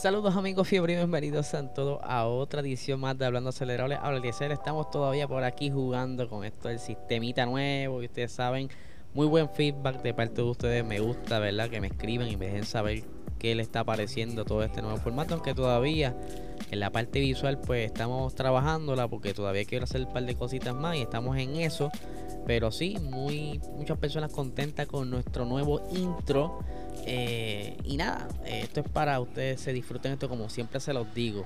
Saludos amigos fiebre y bienvenidos a todos a otra edición más de Hablando Acelerable. Ahora estamos todavía por aquí jugando con esto del sistemita nuevo y ustedes saben, muy buen feedback de parte de ustedes. Me gusta, ¿verdad? Que me escriban y me dejen saber qué les está pareciendo todo este nuevo formato, aunque todavía en la parte visual pues estamos trabajándola porque todavía quiero hacer un par de cositas más y estamos en eso. Pero sí, muchas personas contentas con nuestro nuevo intro. Y nada, esto es para ustedes, se disfruten esto como siempre se los digo.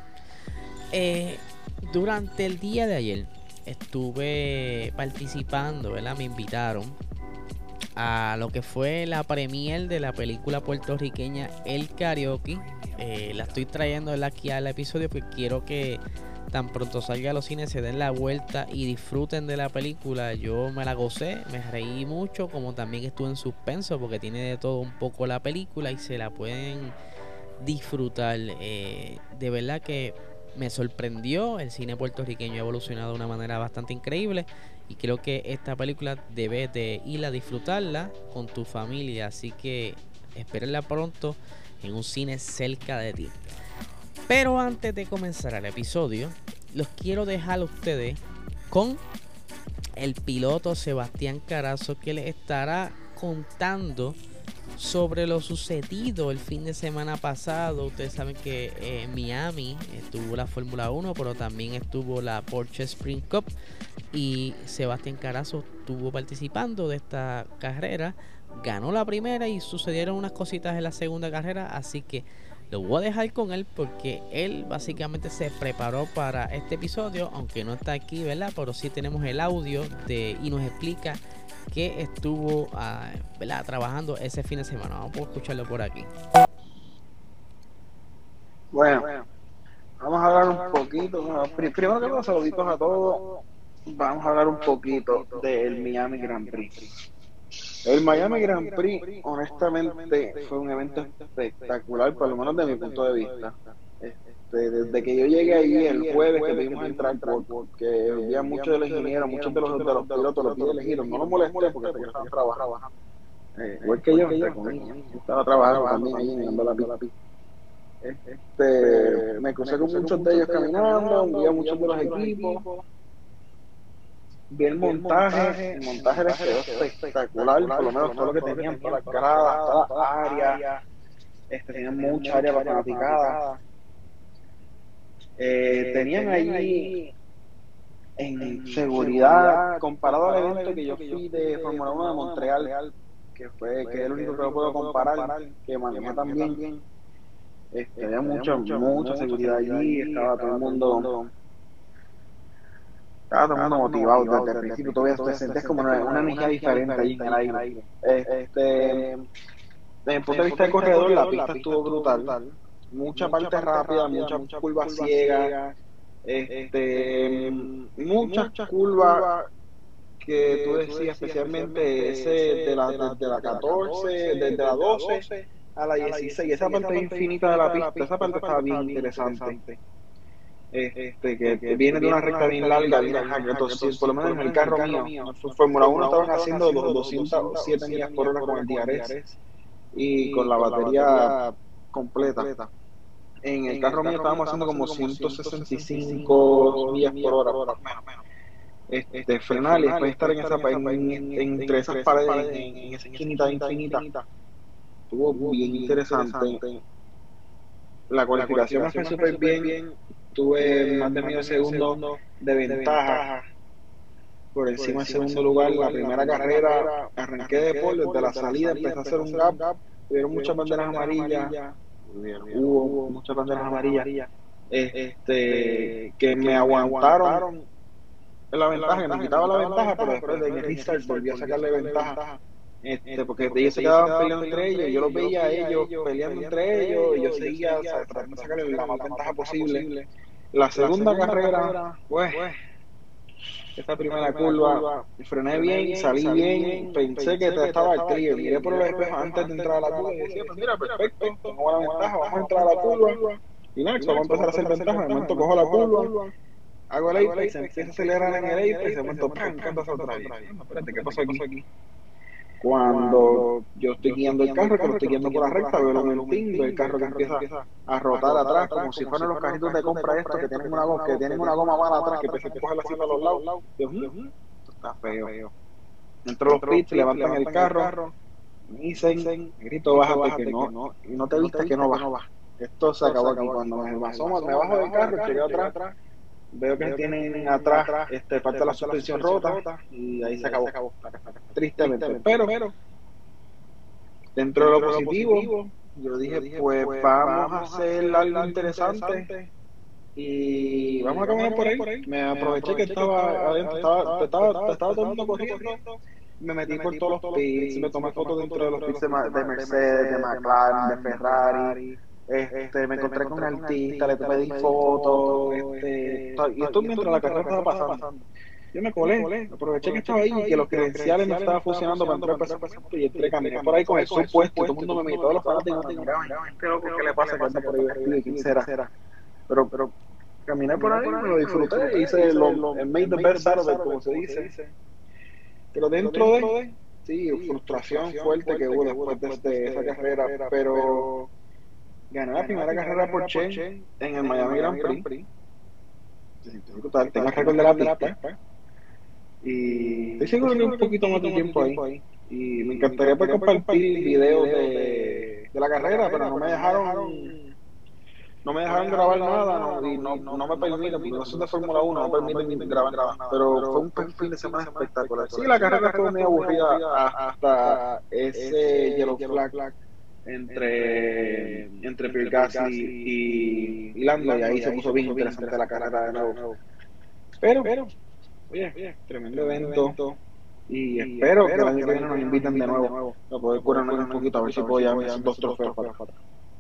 Durante el día de ayer estuve participando, ¿verdad? Me invitaron a lo que fue la premier de la película puertorriqueña El Karaoke. La estoy trayendo aquí al episodio porque quiero que tan pronto salga a los cines se den la vuelta y disfruten de la película. Yo me la gocé, me reí mucho, como también estuve en suspenso porque tiene de todo un poco la película y se la pueden disfrutar. De verdad que me sorprendió, el cine puertorriqueño ha evolucionado de una manera bastante increíble y creo que esta película debes de ir a disfrutarla con tu familia, así que espérenla pronto en un cine cerca de ti. Pero antes de comenzar el episodio, los quiero dejar a ustedes con el piloto Sebastián Carazo, que les estará contando sobre lo sucedido el fin de semana pasado. Ustedes saben que en Miami estuvo la Fórmula 1, pero también estuvo la Porsche Sprint Cup y Sebastián Carazo estuvo participando de esta carrera, ganó la primera y sucedieron unas cositas en la segunda carrera, así que lo voy a dejar con él porque él básicamente se preparó para este episodio, aunque no está aquí, ¿verdad? Pero sí tenemos el audio y nos explica que estuvo, ¿verdad?, trabajando ese fin de semana. Vamos a escucharlo por aquí. Bueno, vamos a hablar un poquito. Bueno, primero que todo, saluditos a todos. Vamos a hablar un poquito del Miami Grand Prix. El Miami Grand Prix, honestamente, fue un evento espectacular, por lo menos de mi punto de vista. Desde que yo llegué allí el jueves que pudimos entrar, porque había muchos de los ingenieros, muchos de los pilotos, los vi elegidos, no los molesté porque sé que estaban trabajando. Igual que yo, entre comillas. Yo estaba trabajando también allí mirando la pista. Me crucé con muchos de ellos caminando, vi a muchos de los equipos, vi el montaje les quedó espectacular, por lo menos todo lo que tenían, todas las gradas, todas las áreas, tenían mucha área para fanaticadas. Tenían allí en seguridad, comparado al evento que yo fui de Fórmula 1 de Montreal, que es el único que lo puedo comparar, que manejé también. Había mucha seguridad allí, estaba todo el mundo motivado desde el principio. Todavía te sentías como una energía diferente allí en el aire. Desde el punto de vista del corredor, la pista estuvo brutal, mucha parte rápida, muchas curvas ciegas, muchas curvas que tú decías, especialmente ese de la 14, desde la 12 a la 16, esa parte infinita de la pista, esa parte estaba bien interesante. Que viene de una recta bien larga, viene a 200, por lo menos en el carro mío, en su Fórmula 1 estaban haciendo 207 millas por hora con el DRS y con la batería completa. En el carro mío estábamos haciendo como 165 millas por hora, por lo menos. Frenar y después estar entre esas paredes, en esa esquinita infinita, estuvo bien interesante. La cualificación me fue súper bien, tuve más de medio segundo de ventaja por encima del segundo lugar. La primera carrera arranqué de pole, desde la salida empecé a hacer un gap, hubo muchas banderas amarillas, que me aguantaron la ventaja, que me quitaba la ventaja, pero después de restart volví a sacarle ventaja. Porque ellos se quedaban peleando entre ellos, yo los veía a ellos peleando entre ellos y yo seguía tratando de sacarle la más ventaja posible. La segunda carrera, pues, esa primera curva, frené bien, salí bien, pensé que estaba al trío, miré por los espejos antes de entrar a la curva y decía, pues mira, perfecto, tengo buena ventaja, vamos a entrar a la curva y next, vamos a empezar a hacer ventaja. De momento cojo la curva, hago el apex, empiezo a acelerar en el apex, de momento, ¡pam!, ¿qué pasó otra vez? Espérate, ¿qué pasó aquí? Cuando yo estoy guiando el carro, que lo estoy guiando por la recta, veo en el pin, veo el carro que empieza a rotar atrás, como si fueran los carritos de compra estos que tienen una goma mala atrás, que empiezan a coger así a los lados. Dios mío, esto está feo. Entro los pits, levantan el carro, me dicen, grito, bájate que no te viste que no vas. Esto se acabó aquí. Cuando me bajo del carro, llegué atrás, veo que tienen atrás parte de la suspensión rota y ahí se acabó. Tristemente. Pero dentro de lo positivo, yo dije, pues vamos a hacer algo interesante y vamos a caminar por ahí. Me aproveché que estaba adentro, estaba todo el mundo corriendo. Me metí por todos los pits, me tomé fotos dentro de los pits de Mercedes, de McLaren, de Ferrari. Me encontré con un artista, le pedí fotos, y esto mientras la carrera estaba pasando. Yo me colé, aproveché que estaba ahí y que los credenciales no estaban funcionando para entrar y entré, caminé por ahí con el supuesto, y todo el mundo me miró, todos los fanáticos me miraban, ¿qué le pasa? Que anda por ahí vestido, ¿quién será? Pero caminé por ahí, me lo disfruté, hice el made the best Saturday, como se dice. Pero dentro de, sí, frustración fuerte que hubo después de esa carrera, pero gané la primera carrera por Chen en el Miami Grand Prix. Brutal, tengo el récord de la pista. Y estoy seguro que un poquito más de tiempo ahí. Y me encantaría poder compartir videos de la carrera, pero no me dejaron grabar nada, y no me permiten, porque no soy de Fórmula 1, no permiten grabar nada. Pero fue un fin de semana espectacular. Sí, la carrera fue muy aburrida hasta ese yellow flag entre Pierre Gasly y Lando, y ahí se puso bien interesante la carrera de nuevo. Pero oye, tremendo evento, y espero que el año que viene nos inviten de nuevo a poder curarnos un poquito, a ver si puedo llevarme esos 2 trofeos para atrás.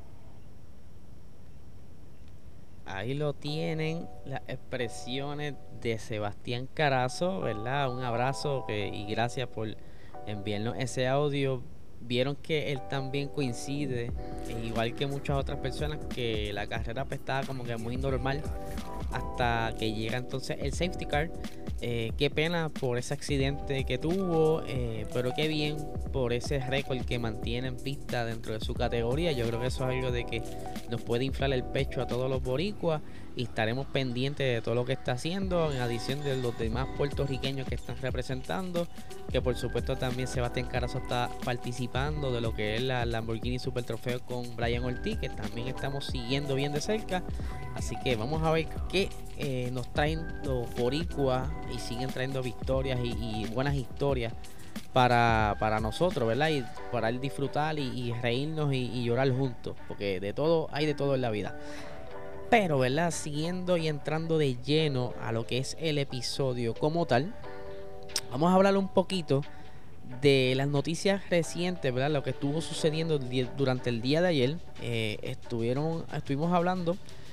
Ahí lo tienen, las expresiones de Sebastián Carazo, ¿verdad? Un abrazo y gracias por enviarnos ese audio. Vieron que él también coincide, igual que muchas otras personas, que la carrera pues estaba como que muy normal hasta que llega entonces el safety car. Qué pena por ese accidente que tuvo, pero qué bien por ese récord que mantiene en pista dentro de su categoría. Yo creo que eso es algo de que nos puede inflar el pecho a todos los boricuas, y estaremos pendientes de todo lo que está haciendo, en adición de los demás puertorriqueños que están representando, que por supuesto también Sebastián Carazo está participando de lo que es la Lamborghini Super Trofeo con Brian Ortiz, que también estamos siguiendo bien de cerca. Así que vamos a ver qué nos traen los boricuas, y siguen trayendo victorias y buenas historias para nosotros, ¿verdad? Y para el disfrutar y reírnos y llorar juntos, porque de todo hay de todo en la vida. Pero, ¿verdad? Siguiendo y entrando de lleno a lo que es el episodio como tal, vamos a hablar un poquito de las noticias recientes, ¿verdad? Lo que estuvo sucediendo durante el día de ayer. Estuvimos hablando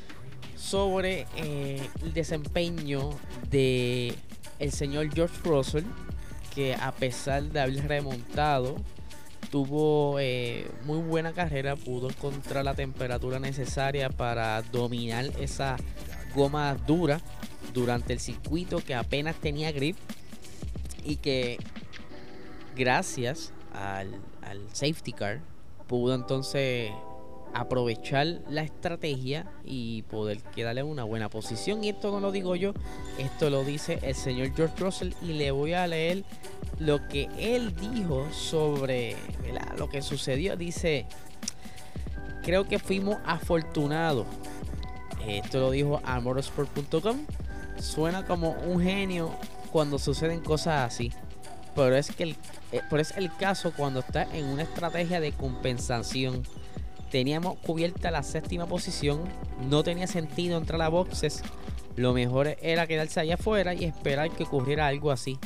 sobre el desempeño de el señor George Russell, que a pesar de haber remontado, tuvo muy buena carrera, pudo encontrar la temperatura necesaria para dominar esa goma dura durante el circuito, que apenas tenía grip, y que gracias al safety car pudo entonces aprovechar la estrategia y poder quedarle en una buena posición. Y esto no lo digo yo, esto lo dice el señor George Russell, y le voy a leer lo que él dijo sobre, ¿verdad?, lo que sucedió. Dice: creo que fuimos afortunados. Esto lo dijo a motorsport.com. Suena como un genio cuando suceden cosas así, pero es el caso cuando está en una estrategia de compensación. Teníamos cubierta la 7ª posición, no tenía sentido entrar a boxes, lo mejor era quedarse allá afuera y esperar que ocurriera algo así.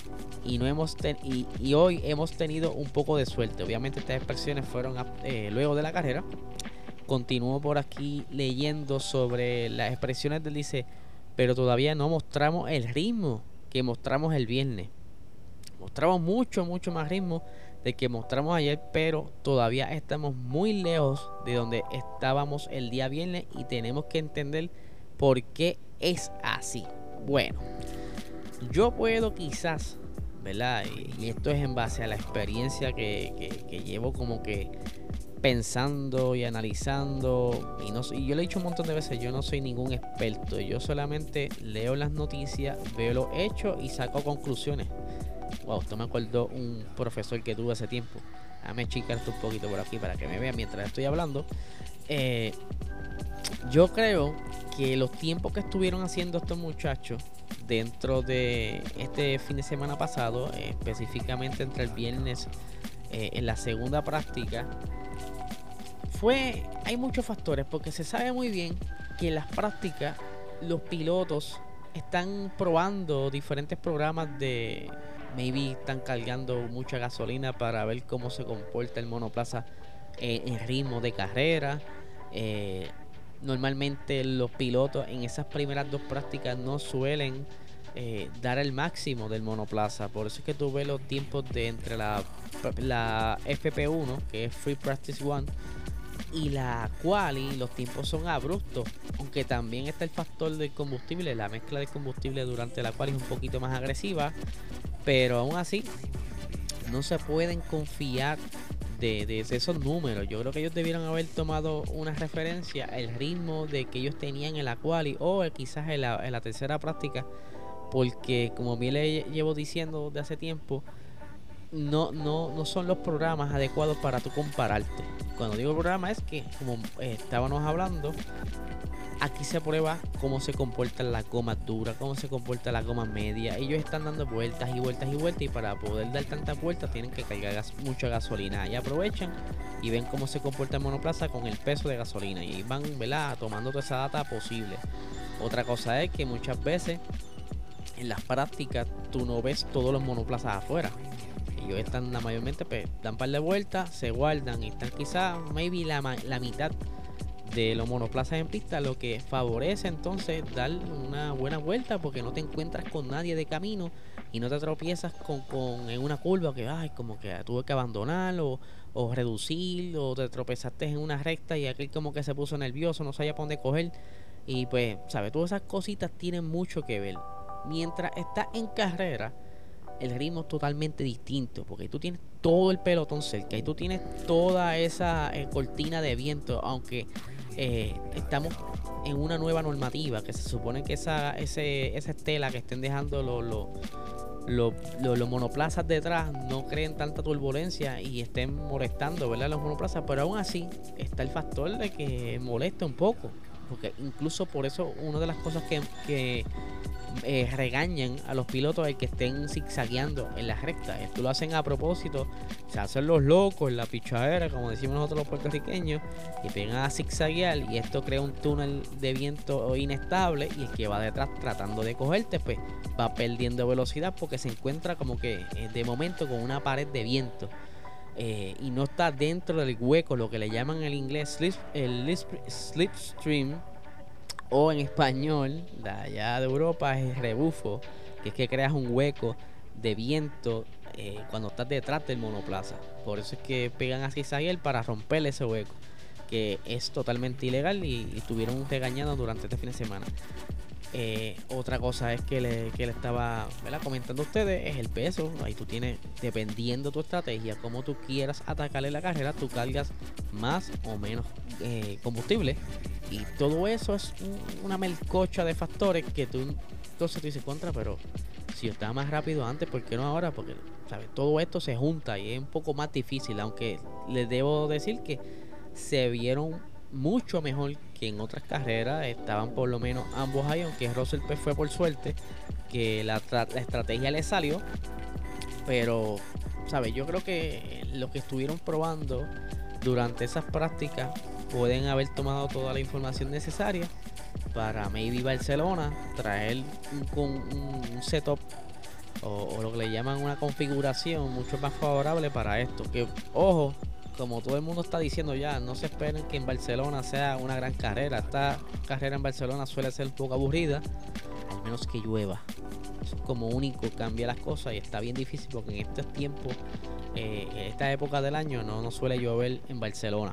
Y hoy hemos tenido un poco de suerte. Obviamente estas expresiones fueron luego de la carrera. Continúo por aquí leyendo sobre las expresiones del dice: pero todavía no mostramos el ritmo que mostramos el viernes. Mostramos mucho más ritmo del que mostramos ayer, pero todavía estamos muy lejos de donde estábamos el día viernes, y tenemos que entender por qué es así. Bueno, yo puedo quizás, ¿verdad? Y esto es en base a la experiencia que llevo como que pensando y analizando, y yo le he dicho un montón de veces, yo no soy ningún experto, yo solamente leo las noticias, veo los hechos y saco conclusiones. Wow, esto me acordó un profesor que tuve hace tiempo. Déjame chicarte un poquito por aquí para que me vean mientras estoy hablando. Yo creo que los tiempos que estuvieron haciendo estos muchachos dentro de este fin de semana pasado, específicamente entre el viernes en la segunda práctica, hay muchos factores, porque se sabe muy bien que en las prácticas los pilotos están probando diferentes programas de, maybe están cargando mucha gasolina para ver cómo se comporta el monoplaza en ritmo de carrera. Normalmente los pilotos en esas primeras dos prácticas no suelen dar el máximo del monoplaza, por eso es que tú ves los tiempos de entre la FP1, que es Free Practice 1, y la quali, los tiempos son abruptos, aunque también está el factor del combustible. La mezcla de combustible durante la quali es un poquito más agresiva, pero aún así no se pueden confiar de esos números. Yo creo que ellos debieron haber tomado una referencia al ritmo de que ellos tenían en la quali, o quizás en la tercera práctica, porque como bien le llevo diciendo de hace tiempo, no son los programas adecuados para tú compararte. Cuando digo programa es que, como estábamos hablando, aquí se prueba cómo se comportan las gomas duras, cómo se comporta la goma media. Ellos están dando vueltas y vueltas y vueltas, y para poder dar tantas vueltas tienen que cargar mucha gasolina. Y aprovechan y ven cómo se comporta el monoplaza con el peso de gasolina, y van, ¿verdad?, tomando toda esa data posible. Otra cosa es que muchas veces en las prácticas tú no ves todos los monoplazas afuera. Ellos están mayormente, pues, dan un par de vueltas, se guardan y están quizás maybe la mitad de los monoplazas en pista, lo que favorece entonces dar una buena vuelta, porque no te encuentras con nadie de camino y no te tropiezas en una curva que como que tuve que abandonar o reducir, o te tropezaste en una recta y aquel como que se puso nervioso, no sabía para dónde coger. Y pues, ¿sabes? Todas esas cositas tienen mucho que ver. Mientras estás en carrera, el ritmo es totalmente distinto, porque tú tienes todo el pelotón cerca y tú tienes toda esa cortina de viento, aunque estamos en una nueva normativa que se supone que esa estela que estén dejando los monoplazas detrás no creen tanta turbulencia y estén molestando, ¿verdad?, los monoplazas, pero aún así está el factor de que molesta un poco, porque incluso por eso una de las cosas que regañan a los pilotos es que estén zigzagueando en las rectas. Esto lo hacen a propósito, se hacen los locos en la pichadera, como decimos nosotros los puertorriqueños, y pegan a zigzaguear, y esto crea un túnel de viento inestable, y el que va detrás tratando de cogerte pues va perdiendo velocidad, porque se encuentra como que de momento con una pared de viento. Y no está dentro del hueco, lo que le llaman en inglés slipstream, o en español de allá de Europa es rebufo, que es que creas un hueco de viento cuando estás detrás del monoplaza. Por eso es que pegan a zigzaguear para romper ese hueco, que es totalmente ilegal, y estuvieron regañando durante este fin de semana. Otra cosa es que le estaba, ¿verdad?, comentando a ustedes, es el peso. Ahí tú tienes, dependiendo tu estrategia, como tú quieras atacarle la carrera, tú cargas más o menos combustible, y todo eso es una melcocha de factores que entonces tú dices, contra, pero si yo estaba más rápido antes, ¿por qué no ahora? Porque, ¿sabes?, todo esto se junta y es un poco más difícil, aunque les debo decir que se vieron mucho mejor que en otras carreras. Estaban por lo menos ambos ahí, aunque Russell pues fue por suerte que la estrategia le salió, pero, ¿sabes?, yo creo que lo que estuvieron probando durante esas prácticas pueden haber tomado toda la información necesaria para maybe Barcelona traer un setup o lo que le llaman una configuración mucho más favorable para esto. Que, ojo, como todo el mundo está diciendo ya, no se esperen que en Barcelona sea una gran carrera. Esta carrera en Barcelona suele ser un poco aburrida, al menos que llueva. Eso es como único, cambia las cosas, y está bien difícil porque en estos tiempos, en esta época del año, no suele llover en Barcelona.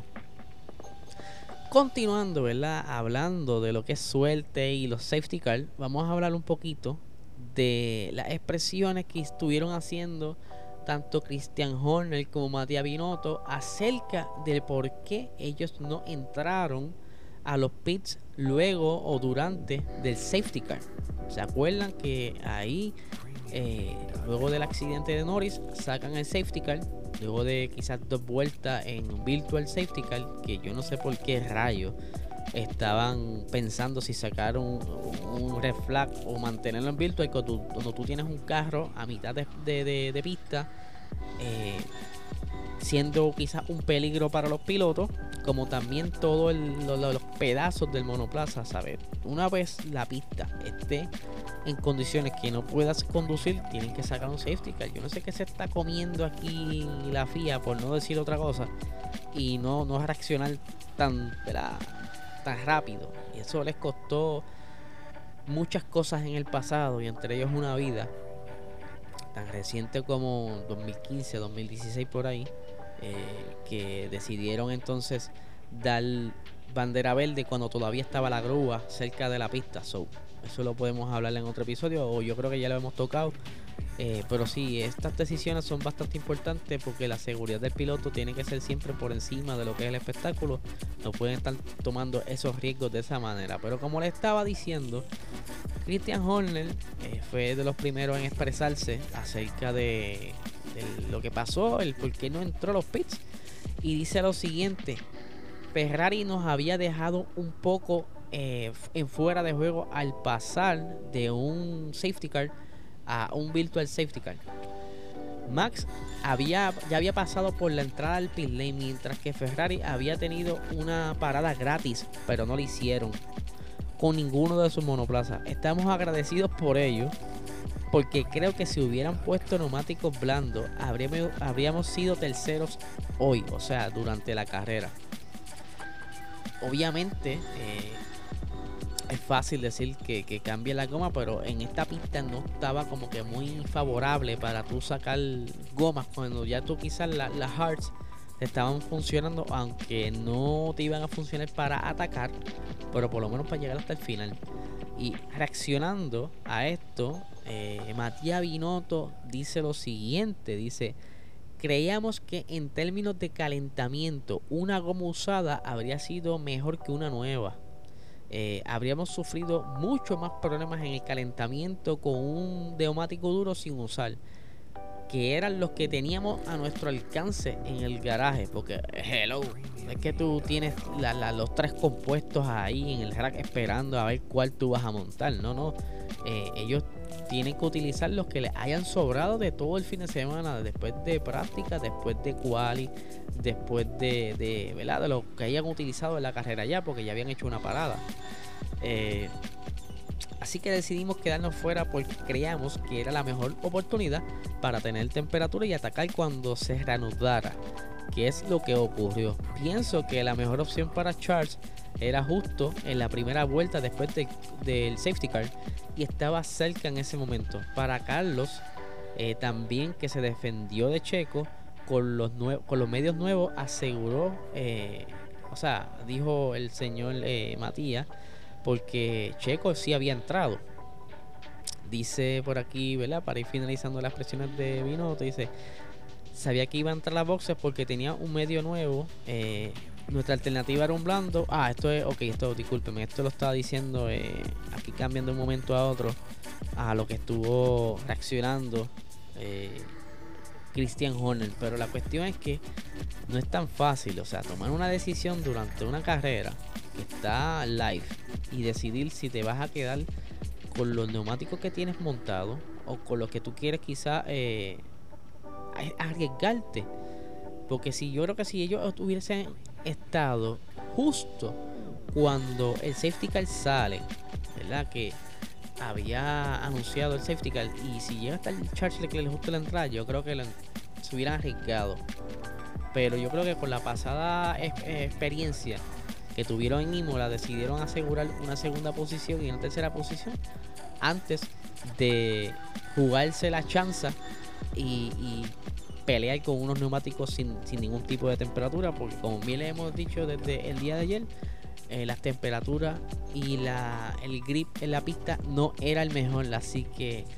Continuando, ¿verdad?, hablando de lo que es suerte y los safety car, vamos a hablar un poquito de las expresiones que estuvieron haciendo tanto Christian Horner como Mattia Binotto acerca del por qué ellos no entraron a los pits luego o durante del safety car. ¿Se acuerdan que ahí luego del accidente de Norris sacan el safety car, luego de quizás 2 vueltas en virtual safety car, que yo no sé por qué rayos estaban pensando si sacar un red flag o mantenerlo en virtual cuando tú tienes un carro a mitad de pista, siendo quizás un peligro para los pilotos, como también todos los pedazos del monoplaza, ¿sabes? Una vez la pista esté en condiciones que no puedas conducir, tienen que sacar un safety car. Yo no sé qué se está comiendo aquí la FIA, por no decir otra cosa, y no reaccionar tan rápido. Y eso les costó muchas cosas en el pasado, y entre ellos una vida tan reciente como 2015, 2016 por ahí, que decidieron entonces dar bandera verde cuando todavía estaba la grúa cerca de la pista. Eso lo podemos hablar en otro episodio, o yo creo que ya lo hemos tocado. Pero sí, estas decisiones son bastante importantes porque la seguridad del piloto tiene que ser siempre por encima de lo que es el espectáculo. No pueden estar tomando esos riesgos de esa manera. Pero como le estaba diciendo, Christian Horner fue de los primeros en expresarse acerca de lo que pasó, el por qué no entró a los pits, y dice lo siguiente: Ferrari nos había dejado un poco en fuera de juego al pasar de un safety car a un virtual safety car. Max ya había pasado por la entrada al pit lane, mientras que Ferrari había tenido una parada gratis, pero no lo hicieron con ninguno de sus monoplazas. Estamos agradecidos por ello, porque creo que si hubieran puesto neumáticos blandos habríamos sido terceros hoy, o sea, durante la carrera. Obviamente es fácil decir que cambie la goma, pero en esta pista no estaba como que muy favorable para tú sacar gomas cuando ya tú quizás las hards te estaban funcionando, aunque no te iban a funcionar para atacar, pero por lo menos para llegar hasta el final. Y reaccionando a esto, Mattia Binotto dice lo siguiente: dice, creíamos que en términos de calentamiento una goma usada habría sido mejor que una nueva. Habríamos sufrido mucho más problemas en el calentamiento con un neumático duro sin usar, que eran los que teníamos a nuestro alcance en el garaje, porque hello, es que tú tienes los 3 compuestos ahí en el rack esperando a ver cuál tú vas a montar. No, ellos tienen que utilizar los que les hayan sobrado de todo el fin de semana, después de práctica, después de quali, después de ¿verdad? De lo que hayan utilizado en la carrera ya, porque ya habían hecho una parada. Así que decidimos quedarnos fuera porque creíamos que era la mejor oportunidad para tener temperatura y atacar cuando se reanudara, que es lo que ocurrió. Pienso que la mejor opción para Charles era justo en la primera vuelta después del safety car, y estaba cerca en ese momento. Para Carlos, también, que se defendió de Checo con los medios nuevos, aseguró, dijo el señor Matías, porque Checo sí había entrado. Dice por aquí, ¿verdad? Para ir finalizando las expresiones de Binotto, dice, sabía que iba a entrar a las boxes porque tenía un medio nuevo. Nuestra alternativa era un blando. Discúlpeme, esto lo estaba diciendo aquí, cambiando de un momento a otro a lo que estuvo reaccionando Christian Horner. Pero la cuestión es que no es tan fácil, o sea, tomar una decisión durante una carrera que está live y decidir si te vas a quedar con los neumáticos que tienes montados o con los que tú quieres quizá arriesgarte. Porque yo creo que si ellos hubiesen estado justo cuando el safety car sale, ¿verdad? Que había anunciado el safety car, y si llega hasta el Charles Leclerc justo la entrada, yo creo que se hubieran arriesgado. Pero yo creo que con la pasada experiencia que tuvieron en Imola, decidieron asegurar una segunda posición y una tercera posición antes de jugarse la chanza y pelear con unos neumáticos sin ningún tipo de temperatura, porque como bien le hemos dicho desde el día de ayer, las temperaturas y el grip en la pista no era el mejor. Así que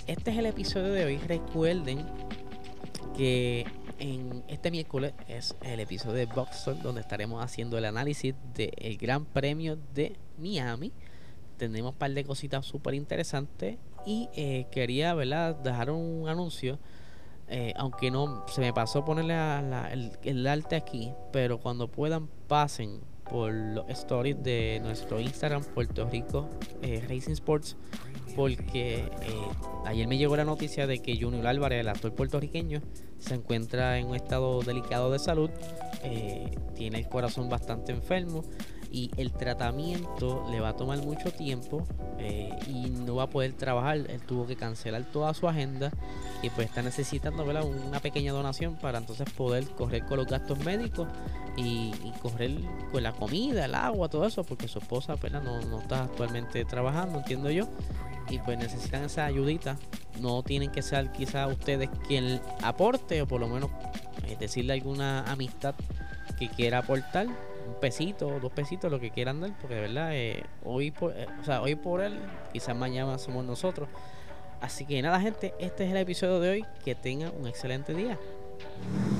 este es el episodio de hoy. Recuerden que en este miércoles es el episodio de Box Talk, donde estaremos haciendo el análisis del Gran Premio de Miami. Tenemos un par de cositas súper interesantes y quería, ¿verdad?, dejar un anuncio. Aunque no se me pasó ponerle el arte aquí, pero cuando puedan pasen por los stories de nuestro Instagram Puerto Rico Racing Sports, porque ayer me llegó la noticia de que Junior Álvarez, el actor puertorriqueño, se encuentra en un estado delicado de salud, tiene el corazón bastante enfermo y el tratamiento le va a tomar mucho tiempo, y no va a poder trabajar. Él tuvo que cancelar toda su agenda y pues está necesitando, ¿verdad?, una pequeña donación para entonces poder correr con los gastos médicos y correr con la comida, el agua, todo eso, porque su esposa, ¿verdad?, no está actualmente trabajando, entiendo yo, y pues necesitan esa ayudita. No tienen que ser quizás ustedes quien aporte, o por lo menos decirle a alguna amistad que quiera aportar un pesito, 2 pesitos, lo que quieran dar, porque de verdad hoy por él, quizás mañana somos nosotros. Así que nada, gente, este es el episodio de hoy. Que tengan un excelente día.